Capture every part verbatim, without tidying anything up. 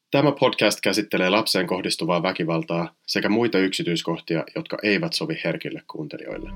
Tämä podcast käsittelee lapseen kohdistuvaa väkivaltaa sekä muita yksityiskohtia, jotka eivät sovi herkille kuuntelijoille.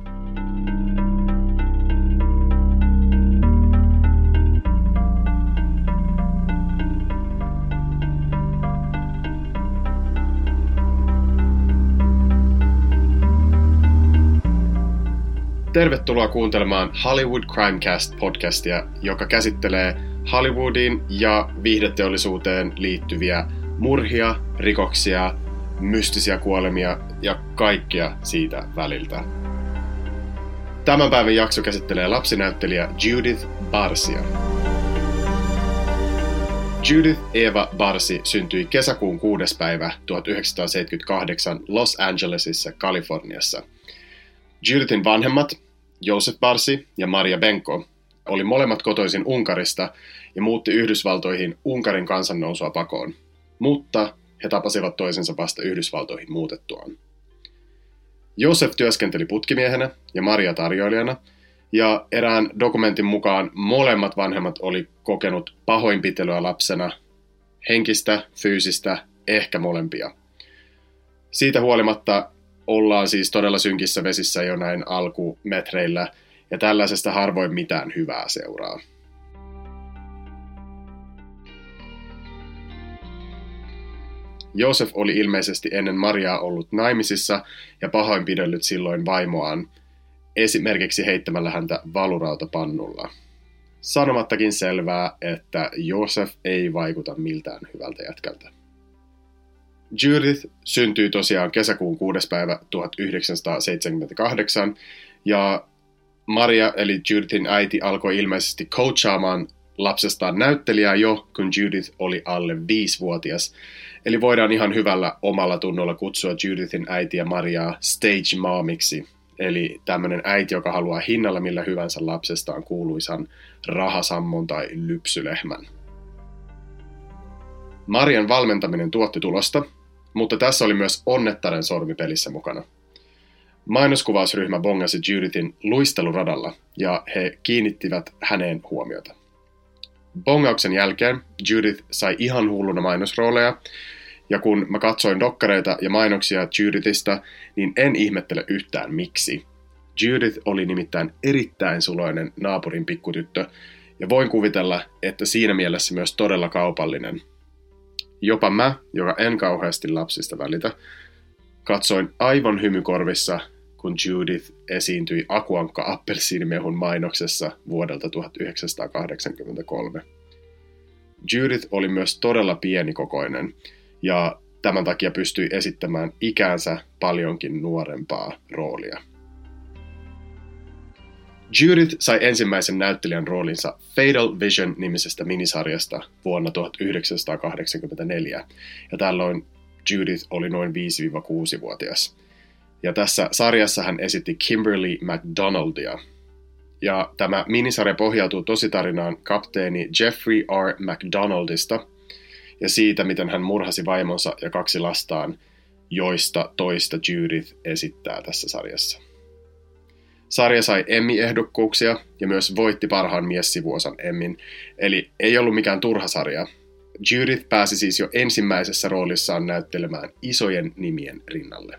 Tervetuloa kuuntelemaan Hollywood Crimecast-podcastia, joka käsittelee Hollywoodiin ja viihdeteollisuuteen liittyviä murhia, rikoksia, mystisiä kuolemia ja kaikkea siitä väliltä. Tämän päivän jakso käsittelee lapsinäyttelijä Judith Barsia. Judith Eva Barsi syntyi kesäkuun kuudes päivä tuhatyhdeksänsataaseitsemänkymmentäkahdeksan Los Angelesissa, Kaliforniassa. Judithin vanhemmat, Joseph Barsi ja Maria Benko, oli molemmat kotoisin Unkarista ja muutti Yhdysvaltoihin Unkarin kansannousua pakoon, mutta he tapasivat toisensa vasta Yhdysvaltoihin muutettuaan. Joseph työskenteli putkimiehenä ja Maria tarjoilijana, ja erään dokumentin mukaan molemmat vanhemmat oli kokenut pahoinpitelyä lapsena, henkistä, fyysistä, ehkä molempia. Siitä huolimatta ollaan siis todella synkissä vesissä jo näin alkumetreillä, ja tällaisesta harvoin mitään hyvää seuraa. Joseph oli ilmeisesti ennen Mariaa ollut naimisissa ja pahoinpidellyt silloin vaimoaan, esimerkiksi heittämällä häntä valurautapannulla. Sanomattakin selvää, että Joseph ei vaikuta miltään hyvältä jätkältä. Judith syntyi tosiaan kesäkuun kuudes päivä tuhatyhdeksänsataaseitsemänkymmentäkahdeksan, ja Maria eli Judithin äiti alkoi ilmeisesti coachaamaan lapsestaan näyttelijää jo, kun Judith oli alle viisivuotias. Eli voidaan ihan hyvällä omalla tunnolla kutsua Judithin äitiä Mariaa stage momiksi. Eli tämmöinen äiti, joka haluaa hinnalla millä hyvänsä lapsestaan kuuluisan rahasammon tai lypsylehmän. Marian valmentaminen tuotti tulosta, mutta tässä oli myös onnettaren sormi pelissä mukana. Mainoskuvausryhmä bongasi Judithin luisteluradalla ja he kiinnittivät häneen huomiota. Bongauksen jälkeen Judith sai ihan hulluna mainosrooleja, ja kun mä katsoin dokkareita ja mainoksia Judithista, niin en ihmettele yhtään miksi. Judith oli nimittäin erittäin suloinen naapurin pikkutyttö, ja voin kuvitella, että siinä mielessä myös todella kaupallinen. Jopa mä, joka en kauheasti lapsista välitä, katsoin aivan hymykorvissa, kun Judith esiintyi Akuankka-appelsiinimehun mainoksessa vuodelta tuhatyhdeksänsataakahdeksankymmentäkolme. Judith oli myös todella pienikokoinen, ja tämän takia pystyi esittämään ikäänsä paljonkin nuorempaa roolia. Judith sai ensimmäisen näyttelijän roolinsa Fatal Vision-nimisestä minisarjasta vuonna tuhatyhdeksänsataakahdeksankymmentäneljä, ja tällöin Judith oli noin viisi-kuusi-vuotias. Ja tässä sarjassa hän esitti Kimberly McDonaldia. Ja tämä minisarja pohjautuu tositarinaan kapteeni Jeffrey R. McDonaldista ja siitä, miten hän murhasi vaimonsa ja kaksi lastaan, joista toista Judith esittää tässä sarjassa. Sarja sai Emmy-ehdokkuuksia ja myös voitti parhaan miessivuosan Emmyn, eli ei ollut mikään turha sarja. Judith pääsi siis jo ensimmäisessä roolissaan näyttelemään isojen nimien rinnalle.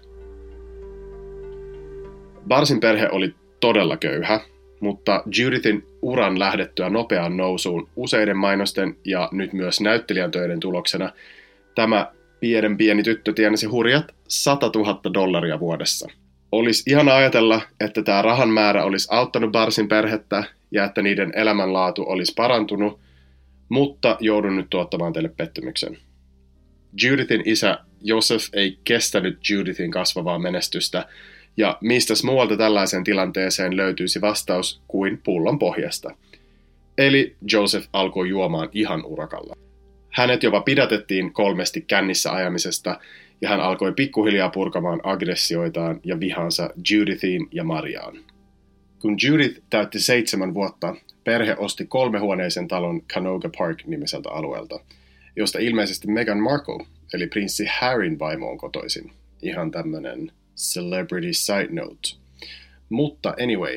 Barsin perhe oli todella köyhä, mutta Judithin uran lähdettyä nopeaan nousuun useiden mainosten ja nyt myös näyttelijän töiden tuloksena tämä pienen pieni tyttö tienasi hurjat satatuhatta dollaria vuodessa. Olisi ihana ajatella, että tämä rahan määrä olisi auttanut Barsin perhettä ja että niiden elämänlaatu olisi parantunut, mutta joudun nyt tuottamaan teille pettymyksen. Judithin isä Joseph ei kestänyt Judithin kasvavaa menestystä, ja mistäs muualta tällaiseen tilanteeseen löytyisi vastaus kuin pullon pohjasta. Eli Joseph alkoi juomaan ihan urakalla. Hänet jopa pidätettiin kolmesti kännissä ajamisesta, ja hän alkoi pikkuhiljaa purkamaan aggressioitaan ja vihansa Judithiin ja Mariaan. Kun Judith täytti seitsemän vuotta, perhe osti kolmehuoneisen talon Canoga Park-nimiseltä alueelta, josta ilmeisesti Meghan Markle, eli prinssi Harryn vaimo on kotoisin. Ihan tämmönen celebrity side note. Mutta anyway,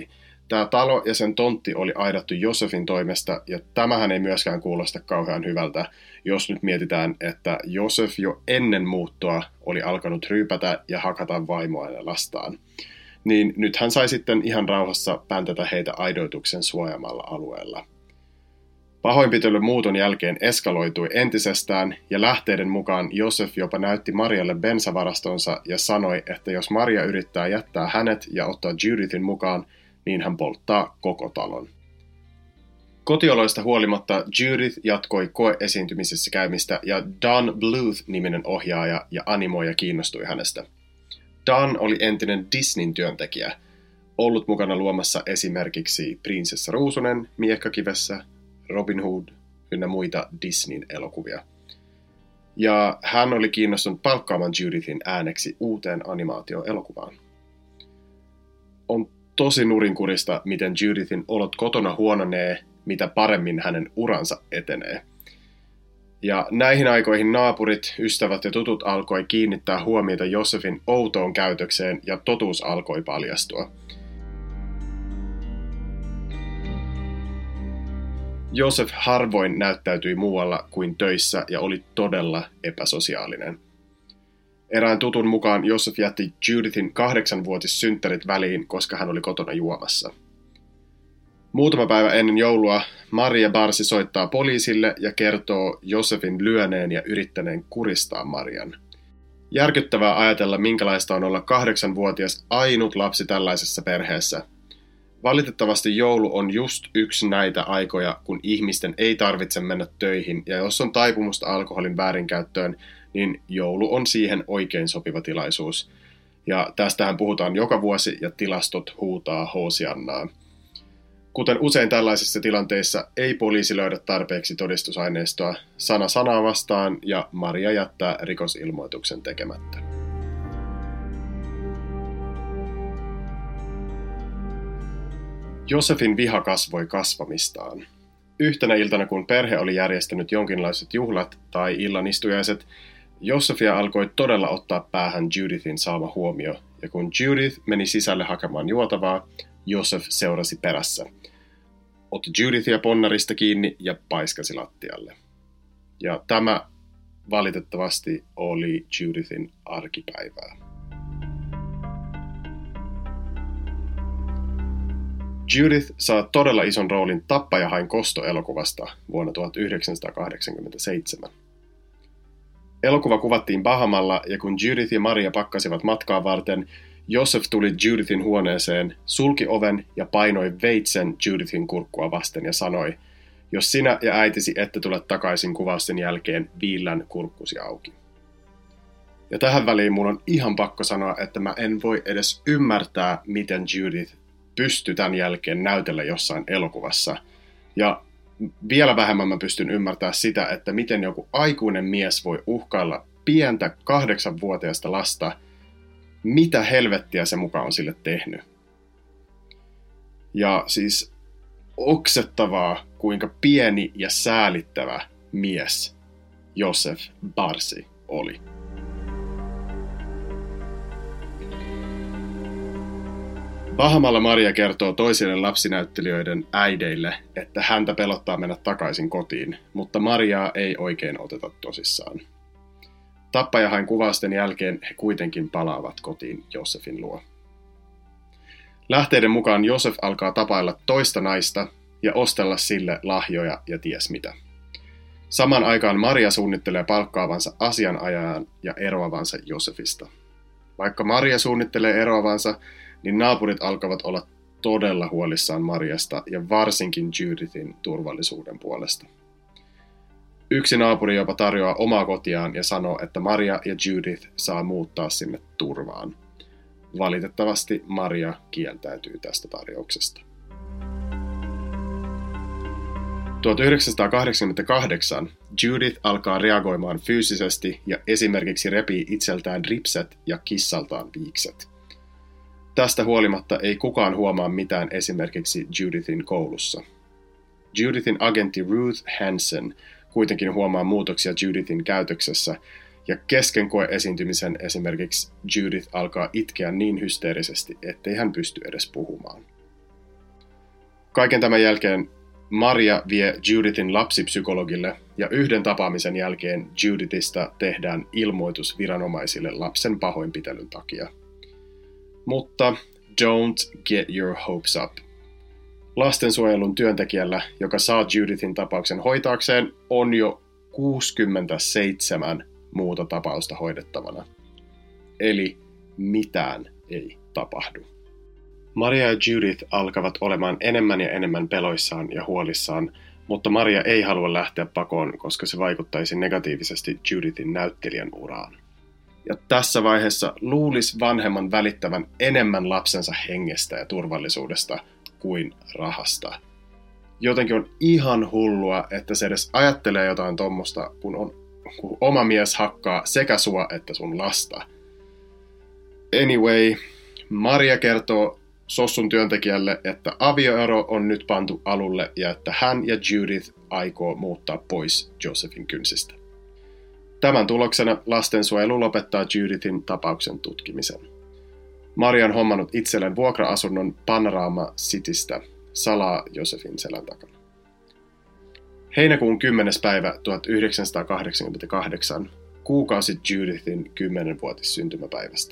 Tämä talo ja sen tontti oli aidattu Josephin toimesta, ja tämähän ei myöskään kuulosta kauhean hyvältä, jos nyt mietitään, että Joseph jo ennen muuttoa oli alkanut ryypätä ja hakata vaimoa ja lastaan. Niin nyt hän sai sitten ihan rauhassa päntätä heitä aidoituksen suojamalla alueella. Pahoinpitely muuton jälkeen eskaloitui entisestään, ja lähteiden mukaan Joseph jopa näytti Marialle bensavarastonsa ja sanoi, että jos Maria yrittää jättää hänet ja ottaa Judithin mukaan, niin hän polttaa koko talon. Kotioloista huolimatta Judith jatkoi koeesiintymisessä käymistä, ja Don Bluth-niminen ohjaaja ja animoija kiinnostui hänestä. Don oli entinen Disneyn työntekijä, ollut mukana luomassa esimerkiksi Prinsessa Ruusunen, Miekkakivessä, Robin Hood ynnä muita Disneyn elokuvia. Ja hän oli kiinnostunut palkkaamaan Judithin ääneksi uuteen animaatioelokuvaan. On tosi nurinkurista, miten Judithin olot kotona huononee, mitä paremmin hänen uransa etenee. Ja näihin aikoihin naapurit, ystävät ja tutut alkoi kiinnittää huomiota Josephin outoon käytökseen ja totuus alkoi paljastua. Joseph harvoin näyttäytyi muualla kuin töissä ja oli todella epäsosiaalinen. Erään tutun mukaan Joseph jätti Judithin kahdeksanvuotissynttärit väliin, koska hän oli kotona juomassa. Muutama päivä ennen joulua Maria Barsi soittaa poliisille ja kertoo Josephin lyöneen ja yrittäneen kuristaa Marian. Järkyttävää ajatella, minkälaista on olla kahdeksanvuotias ainut lapsi tällaisessa perheessä. Valitettavasti joulu on just yksi näitä aikoja, kun ihmisten ei tarvitse mennä töihin, ja jos on taipumusta alkoholin väärinkäyttöön, niin joulu on siihen oikein sopiva tilaisuus. Ja tästähän puhutaan joka vuosi, ja tilastot huutaa Hoosiannaa. Kuten usein tällaisissa tilanteissa, ei poliisi löydä tarpeeksi todistusaineistoa sana sanaa vastaan, ja Maria jättää rikosilmoituksen tekemättä. Josephin viha kasvoi kasvamistaan. Yhtenä iltana, kun perhe oli järjestänyt jonkinlaiset juhlat tai illanistujaiset, Josephia alkoi todella ottaa päähän Judithin saama huomio, ja kun Judith meni sisälle hakemaan juotavaa, Joseph seurasi perässä. Otti Judithia ponnarista kiinni ja paiskasi lattialle. Ja tämä valitettavasti oli Judithin arkipäivää. Judith saa todella ison roolin Tappajahain kosto-elokuvasta vuonna tuhatyhdeksänsataakahdeksankymmentäseitsemän. Elokuva kuvattiin Bahamalla, ja kun Judith ja Maria pakkasivat matkaa varten, Joseph tuli Judithin huoneeseen, sulki oven ja painoi veitsen Judithin kurkkua vasten ja sanoi, jos sinä ja äitisi ette tule takaisin kuvausten jälkeen, viillän kurkkusi auki. Ja tähän väliin mun on ihan pakko sanoa, että mä en voi edes ymmärtää, miten Judith pystyi tämän jälkeen näytellä jossain elokuvassa. Ja vielä vähemmän mä pystyn ymmärtämään sitä, että miten joku aikuinen mies voi uhkailla pientä kahdeksanvuotiaista lasta, mitä helvettiä se mukaan on sille tehnyt. Ja siis oksettavaa, kuinka pieni ja säälittävä mies Joseph Barsi oli. Bahamalla Maria kertoo toisille lapsinäyttelijöiden äideille, että häntä pelottaa mennä takaisin kotiin, mutta Mariaa ei oikein oteta tosissaan. Tappajahain kuvausten jälkeen he kuitenkin palaavat kotiin Josephin luo. Lähteiden mukaan Joseph alkaa tapailla toista naista ja ostella sille lahjoja ja ties mitä. Saman aikaan Maria suunnittelee palkkaavansa asianajajan ja eroavansa Josephista. Vaikka Maria suunnittelee eroavansa, niin naapurit alkavat olla todella huolissaan Mariasta ja varsinkin Judithin turvallisuuden puolesta. Yksi naapuri jopa tarjoaa omaa kotiaan ja sanoo, että Maria ja Judith saa muuttaa sinne turvaan. Valitettavasti Maria kieltäytyy tästä tarjouksesta. tuhatyhdeksänsataakahdeksankymmentäkahdeksan Judith alkaa reagoimaan fyysisesti ja esimerkiksi repii itseltään ripset ja kissaltaan viikset. Tästä huolimatta ei kukaan huomaa mitään esimerkiksi Judithin koulussa. Judithin agentti Ruth Hansen kuitenkin huomaa muutoksia Judithin käytöksessä, ja kesken koeesiintymisen esimerkiksi Judith alkaa itkeä niin hysteerisesti, ettei hän pysty edes puhumaan. Kaiken tämän jälkeen Maria vie Judithin lapsipsykologille ja yhden tapaamisen jälkeen Judithista tehdään ilmoitus viranomaisille lapsen pahoinpitelyn takia. Mutta don't get your hopes up. Lastensuojelun työntekijällä, joka saa Judithin tapauksen hoitaakseen, on jo kuusikymmentäseitsemän muuta tapausta hoidettavana. Eli mitään ei tapahdu. Maria ja Judith alkavat olemaan enemmän ja enemmän peloissaan ja huolissaan, mutta Maria ei halua lähteä pakoon, koska se vaikuttaisi negatiivisesti Judithin näyttelijän uraan. Ja tässä vaiheessa luulisi vanhemman välittävän enemmän lapsensa hengestä ja turvallisuudesta kuin rahasta. Jotenkin on ihan hullua, että se edes ajattelee jotain tommosta, kun, on, kun oma mies hakkaa sekä sua että sun lasta. Anyway, Maria kertoo Sossun työntekijälle, että avioero on nyt pantu alulle ja että hän ja Judith aikoo muuttaa pois Josephin kynsistä. Tämän tuloksena lastensuojelu lopettaa Judithin tapauksen tutkimisen. Maria on hommannut itselleen vuokra-asunnon Panorama Citystä salaa Josephin selän takana. Heinäkuun kymmenes päivä tuhatyhdeksänsataakahdeksankymmentäkahdeksan, kuukausi Judithin kymmenvuotis syntymäpäivästä.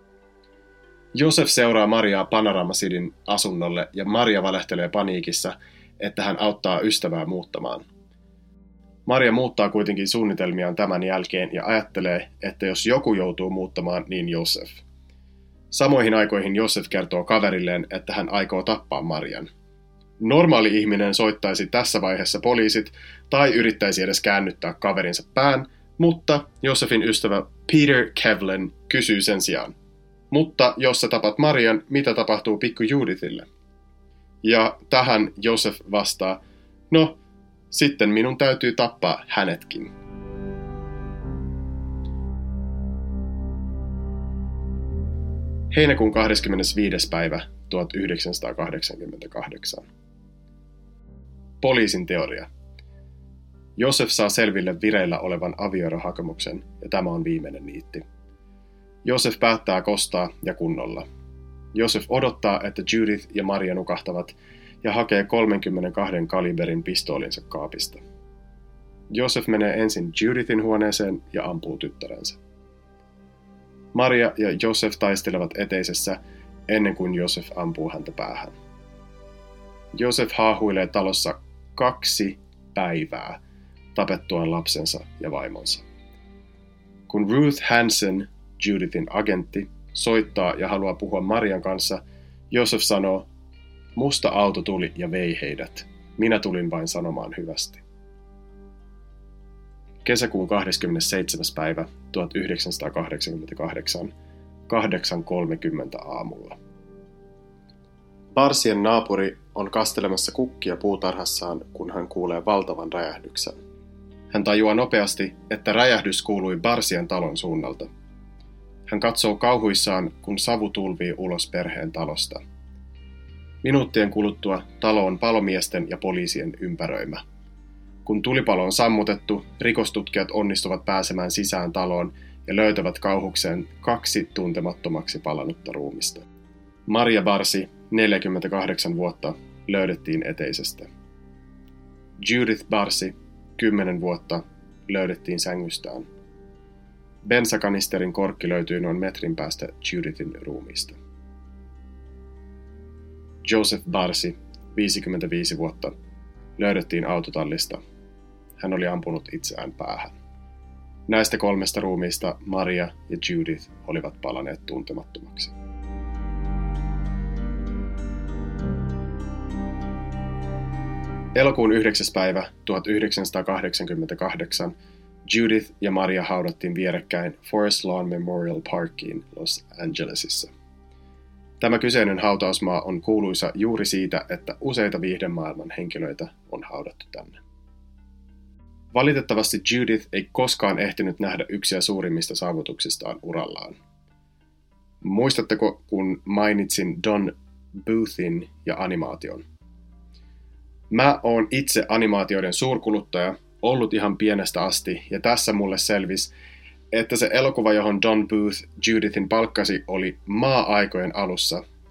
Joseph seuraa Mariaa Panorama Cityn asunnolle ja Maria valehtelee paniikissa, että hän auttaa ystävää muuttamaan. Maria muuttaa kuitenkin suunnitelmiaan tämän jälkeen ja ajattelee, että jos joku joutuu muuttamaan, niin Joseph. Samoihin aikoihin Joseph kertoo kaverilleen, että hän aikoo tappaa Marian. Normaali ihminen soittaisi tässä vaiheessa poliisit tai yrittäisi edes käännyttää kaverinsa pään, mutta Josephin ystävä Peter Kevlin kysyy sen sijaan. Mutta jos sä tapat Marian, mitä tapahtuu pikku Judithille? Ja tähän Joseph vastaa, no, sitten minun täytyy tappaa hänetkin. Heinäkuun kahdeskymmenesviides päivä tuhatyhdeksänsataakahdeksankymmentäkahdeksan. Poliisin teoria. Joseph saa selville vireillä olevan avioerohakemuksen ja tämä on viimeinen niitti. Joseph päättää kostaa ja kunnolla. Joseph odottaa, että Judith ja Maria nukahtavat ja hakee kolmekymmentäkaksi kaliberin pistoolinsa kaapista. Joseph menee ensin Judithin huoneeseen ja ampuu tyttärensä. Maria ja Joseph taistelevat eteisessä ennen kuin Joseph ampuu häntä päähän. Joseph haahuilee talossa kaksi päivää tapettuaan lapsensa ja vaimonsa. Kun Ruth Hansen, Judithin agentti, soittaa ja haluaa puhua Marian kanssa, Joseph sanoo, musta auto tuli ja vei heidät. Minä tulin vain sanomaan hyvästi. Kesäkuun kahdeskymmenesseitsemäs päivä tuhatyhdeksänsataakahdeksankymmentäkahdeksan, kahdeksan kolmekymmentä aamulla. Barsien naapuri on kastelemassa kukkia puutarhassaan, kun hän kuulee valtavan räjähdyksen. Hän tajuaa nopeasti, että räjähdys kuului Barsien talon suunnalta. Hän katsoo kauhuissaan, kun savu tulvii ulos perheen talosta. Minuuttien kuluttua talo on palomiesten ja poliisien ympäröimä. Kun tulipalo on sammutettu, rikostutkijat onnistuvat pääsemään sisään taloon ja löytävät kauhukseen kaksi tuntemattomaksi palannutta ruumista. Maria Barsi, neljäkymmentäkahdeksan vuotta, löydettiin eteisestä. Judith Barsi, kymmenen vuotta, löydettiin sängystään. Bensakanisterin korkki löytyy noin metrin päästä Judithin ruumiista. Joseph Barsi, viisikymmentäviisi vuotta, löydettiin autotallista. Hän oli ampunut itseään päähän. Näistä kolmesta ruumiista Maria ja Judith olivat palaneet tuntemattomaksi. Elokuun yhdeksäs päivä tuhatyhdeksänsataakahdeksankymmentäkahdeksan Judith ja Maria haudattiin vierekkäin Forest Lawn Memorial Parkiin Los Angelesissa. Tämä kyseinen hautausmaa on kuuluisa juuri siitä, että useita viihdemaailman henkilöitä on haudattu tänne. Valitettavasti Judith ei koskaan ehtinyt nähdä yksiä suurimmista saavutuksistaan urallaan. Muistatteko, kun mainitsin Don Bluethin ja animaation? Mä oon itse animaatioiden suurkuluttaja, ollut ihan pienestä asti, ja tässä mulle selvisi, että se elokuva, johon Don Bluth Judithin palkkasi, oli maa-aikojen alussa,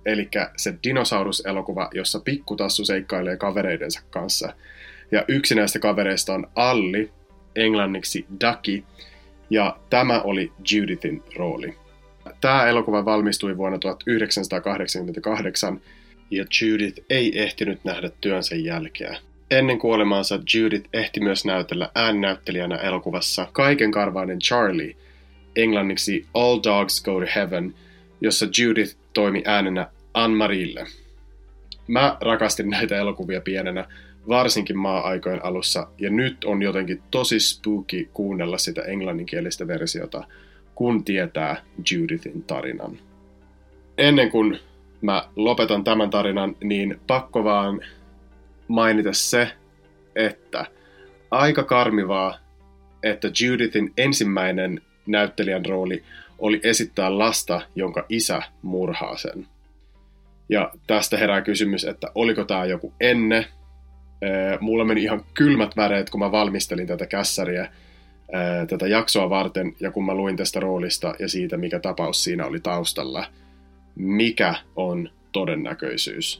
eli se dinosauruselokuva, jossa pikkutassu seikkailee kavereidensa kanssa. Ja yksi näistä kavereista on Alli, englanniksi Ducky, ja tämä oli Judithin rooli. Tämä elokuva valmistui vuonna tuhatyhdeksänsataakahdeksankymmentäkahdeksan, ja Judith ei ehtinyt nähdä työnsä jälkeä. Ennen kuolemaansa Judith ehti myös näytellä ääninäyttelijänä elokuvassa Kaikenkarvainen Charlie, englanniksi All Dogs Go to Heaven, jossa Judith toimi äänenä Anne-Marielle. Mä rakastin näitä elokuvia pienenä, varsinkin maa-aikojen alussa, ja nyt on jotenkin tosi spooky kuunnella sitä englanninkielistä versiota, kun tietää Judithin tarinan. Ennen kuin mä lopetan tämän tarinan, niin pakko vaan mainita se, että aika karmivaa, että Judithin ensimmäinen näyttelijän rooli oli esittää lasta, jonka isä murhaa sen. Ja tästä herää kysymys, että oliko tämä joku enne. Mulla meni ihan kylmät väreet, kun mä valmistelin tätä kässäriä, tätä jaksoa varten, ja kun mä luin tästä roolista ja siitä, mikä tapaus siinä oli taustalla. Mikä on todennäköisyys?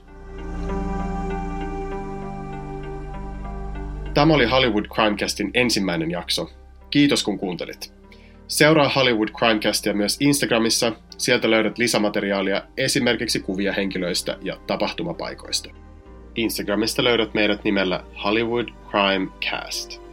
Tämä oli Hollywood Crimecastin ensimmäinen jakso. Kiitos kun kuuntelit. Seuraa Hollywood Crimecastia myös Instagramissa. Sieltä löydät lisämateriaalia, esimerkiksi kuvia henkilöistä ja tapahtumapaikoista. Instagramista löydät meidät nimellä Hollywood Crimecast.